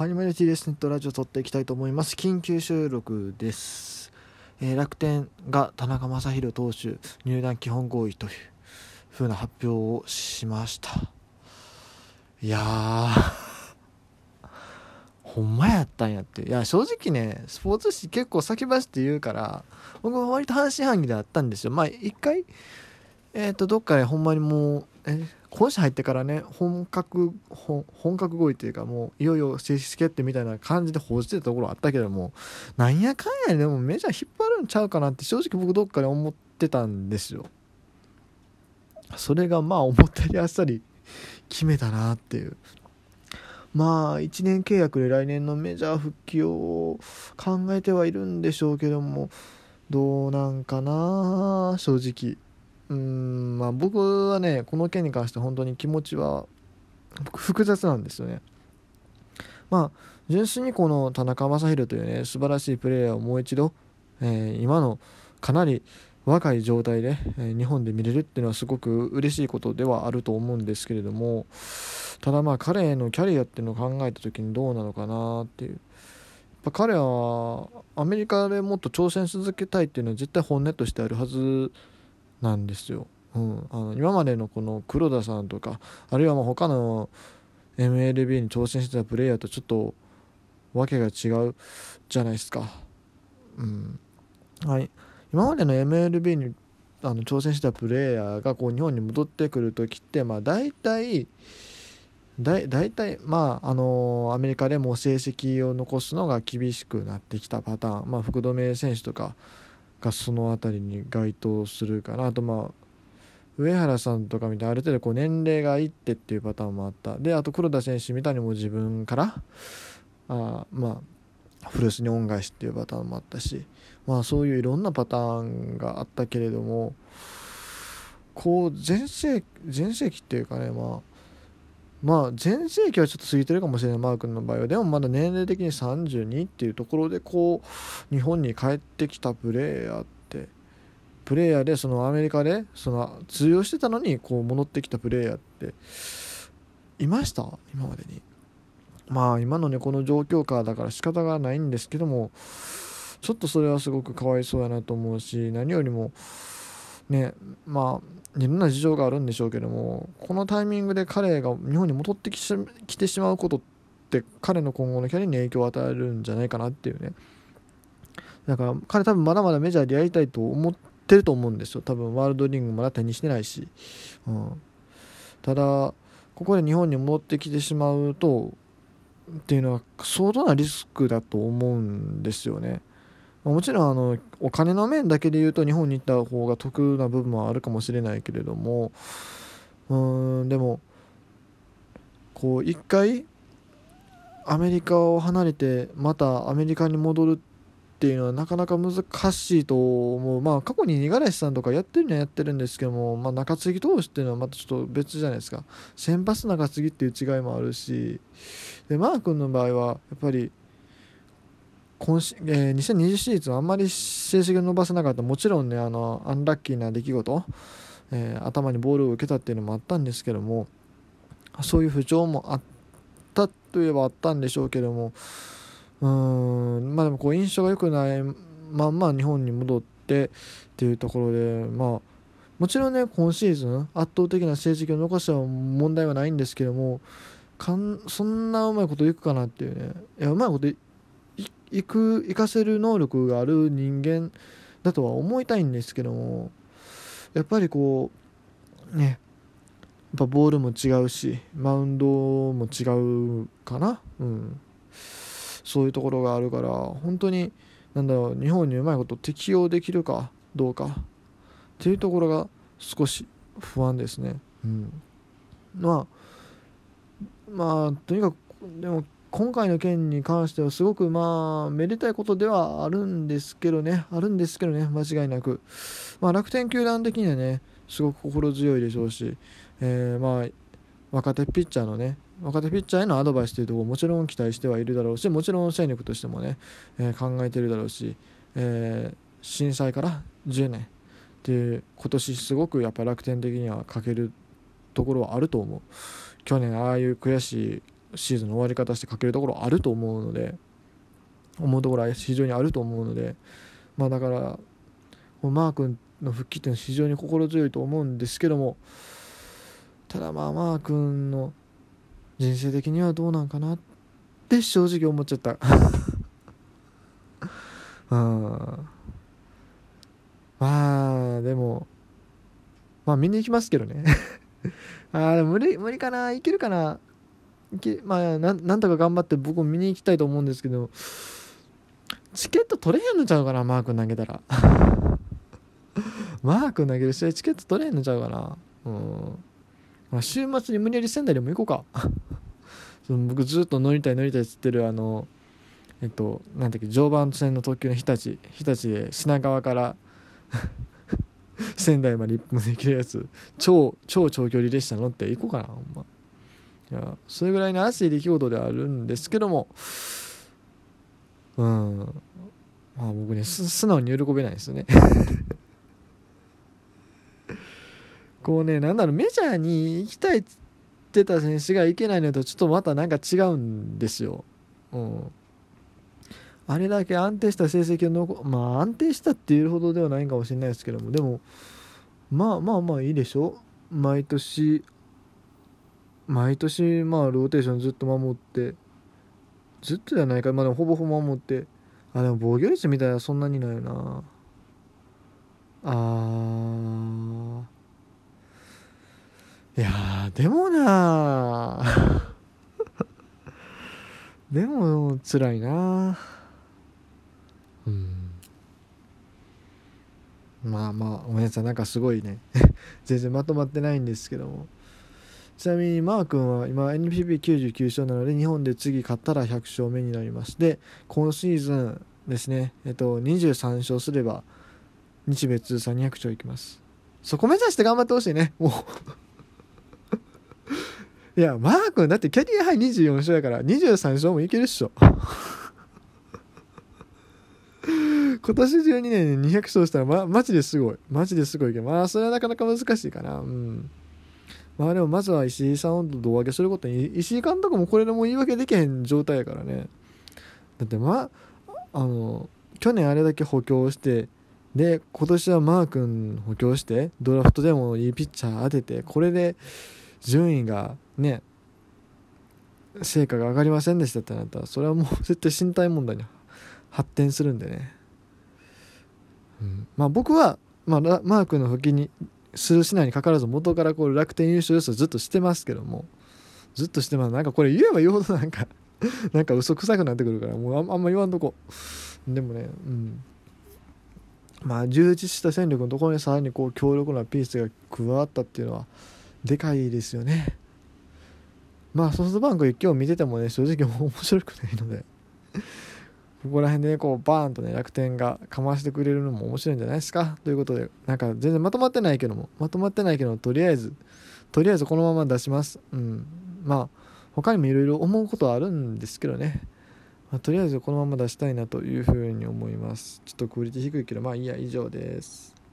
はい、マイ TBS ネットラジオ撮っていきたいと思います。緊急収録です。楽天が田中将大投手入団基本合意という風な発表をしました。いやーほんまやったんやって。いや正直ね、スポーツ紙結構先走って言うから僕は割と半信半疑であったんですよ。まあ一回どっかでほんまにもう今週入ってからね、本格合意というか、もういよいよ正式決定みたいな感じで報じてたところあったけども、なんやかんやでもメジャー引っ張るんちゃうかなって正直僕どっかで思ってたんですよ。それがまあ思ったよりあっさり決めたなっていう。まあ1年契約で来年のメジャー復帰を考えてはいるんでしょうけども、どうなんかな正直。まあ僕はね、この件に関して本当に気持ちは複雑なんですよね。まあ純粋にこの田中将大というね素晴らしいプレーヤーをもう一度、今のかなり若い状態で、日本で見れるっていうのはすごく嬉しいことではあると思うんですけれども、ただまあ彼のキャリアっていうのを考えた時にどうなのかなっていう。やっぱ彼はアメリカでもっと挑戦し続けたいっていうのは絶対本音としてあるはずなんですよ。今までのこの黒田さんとか、あるいは他の MLB に挑戦してたプレイヤーとちょっとわけが違うじゃないですか。はい、今までの MLB に挑戦したプレイヤーがこう日本に戻ってくるときって、まあ大体まあアメリカでも成績を残すのが厳しくなってきたパターン、まあ福留選手とかがそのあたりに該当するかな。あとまあ上原さんとかみたいなある程度こう年齢がいってっていうパターンもあった。であと黒田選手みたいにも自分からまあ古巣に恩返しっていうパターンもあったし、まあそういういろんなパターンがあったけれども、こう全盛期っていうかね、まあ全盛期はちょっと過ぎてるかもしれない、マー君の場合は。でもまだ年齢的に32っていうところでこう日本に帰ってきたプレーヤーでそのアメリカでその通用してたのにこう戻ってきたプレーヤーっていました今までに。まあ今のねこの状況下だから仕方がないんですけども、ちょっとそれはすごくかわいそうやなと思うし、何よりもね、まあいろんな事情があるんでしょうけども、このタイミングで彼が日本に戻ってきてしまうことって彼の今後のキャリアに影響を与えるんじゃないかなっていうね。だから彼多分まだまだメジャーでやりたいと思ってると思うんですよ。多分ワールドリングまだ手にしてないし、ただここで日本に戻ってきてしまうとっていうのは相当なリスクだと思うんですよね。もちろんお金の面だけで言うと日本に行った方が得な部分はあるかもしれないけれども、でもこう一回アメリカを離れてまたアメリカに戻るっていうのはなかなか難しいと思う。まあ過去に五十嵐さんとかやってるにはやってるんですけども、まあ、中継ぎ投手っていうのはまたちょっと別じゃないですか。先発中継ぎっていう違いもあるし、でマー君の場合はやっぱり2020シーズンあんまり成績を伸ばせなかった。もちろんねアンラッキーな出来事、頭にボールを受けたっていうのもあったんですけども、そういう不調もあったといえばあったんでしょうけども、まあでもこう印象が良くないまんま日本に戻ってっていうところで、まあもちろんね今シーズン圧倒的な成績を残したら問題はないんですけども、そんなうまいこといくかなっていうね。いやうまいこと活かせる能力がある人間だとは思いたいんですけども、やっぱりこうね、やっぱボールも違うしマウンドも違うかな、そういうところがあるから、本当になんだろう、日本にうまいこと適応できるかどうかっていうところが少し不安ですね。まあとにかくでも今回の件に関してはすごくめでたいことではあるんですけどね間違いなく、楽天球団的にはねすごく心強いでしょうし、若手ピッチャーへのアドバイスというところもちろん期待してはいるだろうし、もちろん戦力としてもね、考えているだろうし、震災から10年で今年すごく楽天的には欠けるところはあると思う。去年ああいう悔しいシーズンの終わり方してかけるところあると思うので、思うところは非常にあると思うので、だからマー君の復帰っていうのは非常に心強いと思うんですけども、ただマー君の人生的にはどうなんかなって正直思っちゃったでも見に行きますけどねでも無理かな、いけるかな、なんとか頑張って僕も見に行きたいと思うんですけど、チケット取れへんのちゃうかな、マー君投げたらマー君投げる試合チケット取れへんのちゃうかな。週末に無理やり仙台でも行こうか僕ずっと乗りたいっつってるなんだっけ、常磐線の特急の日立で品川から仙台まで1分できるやつ、超長距離列車乗って行こうかな、ほんま。いや、それぐらいの熱い出来事ではあるんですけども、僕ね、素直に喜べないですよねこうね、メジャーに行きたいって言ってた選手が行けないのとちょっとまたなんか違うんですよ。あれだけ安定した成績を安定したっていうほどではないかもしれないですけども、でもいいでしょ。毎年ローテーションずっと守って、ずっとじゃないか、でもほぼほぼ守って、でも防御率みたいなそんなにないな。いやでもなでも辛いな。ごめんなさい、なんかすごいね全然まとまってないんですけども、ちなみにマー君は今 NPB99 勝なので、日本で次勝ったら100勝目になります。で今シーズンですね、23勝すれば日米通算200勝いきます。そこ目指して頑張ってほしいね、もういやマー君だってキャリアハイ24勝やから23勝もいけるっしょ今年12年に200勝したらマジですごいけど、それはなかなか難しいかな。でもまずは石井さんを胴上げすることに、石井監督もこれでも言い訳できへん状態やからね。だって去年あれだけ補強して、で今年はマー君補強してドラフトでもいいピッチャー当てて、これで順位がね、成果が上がりませんでしたってなったら、それはもう絶対身体問題に発展するんでね。僕は、マー君の復帰にするしないにかかわらず、元からこう楽天優勝予想ずっとしてますけども、なんかこれ言えば言うほどなんか嘘くさくなってくるから、もうあんま言わんとこ。でもね、充実した戦力のところにさらにこう強力なピースが加わったっていうのはでかいですよね。ソフトバンク今日見ててもね、正直面白くないのでここら辺でね、こうバーンとね楽天がかましてくれるのも面白いんじゃないですかということで、なんか全然まとまってないけどとりあえずこのまま出します。他にもいろいろ思うことはあるんですけどね、とりあえずこのまま出したいなというふうに思います。ちょっとクオリティ低いけどいいや、以上です。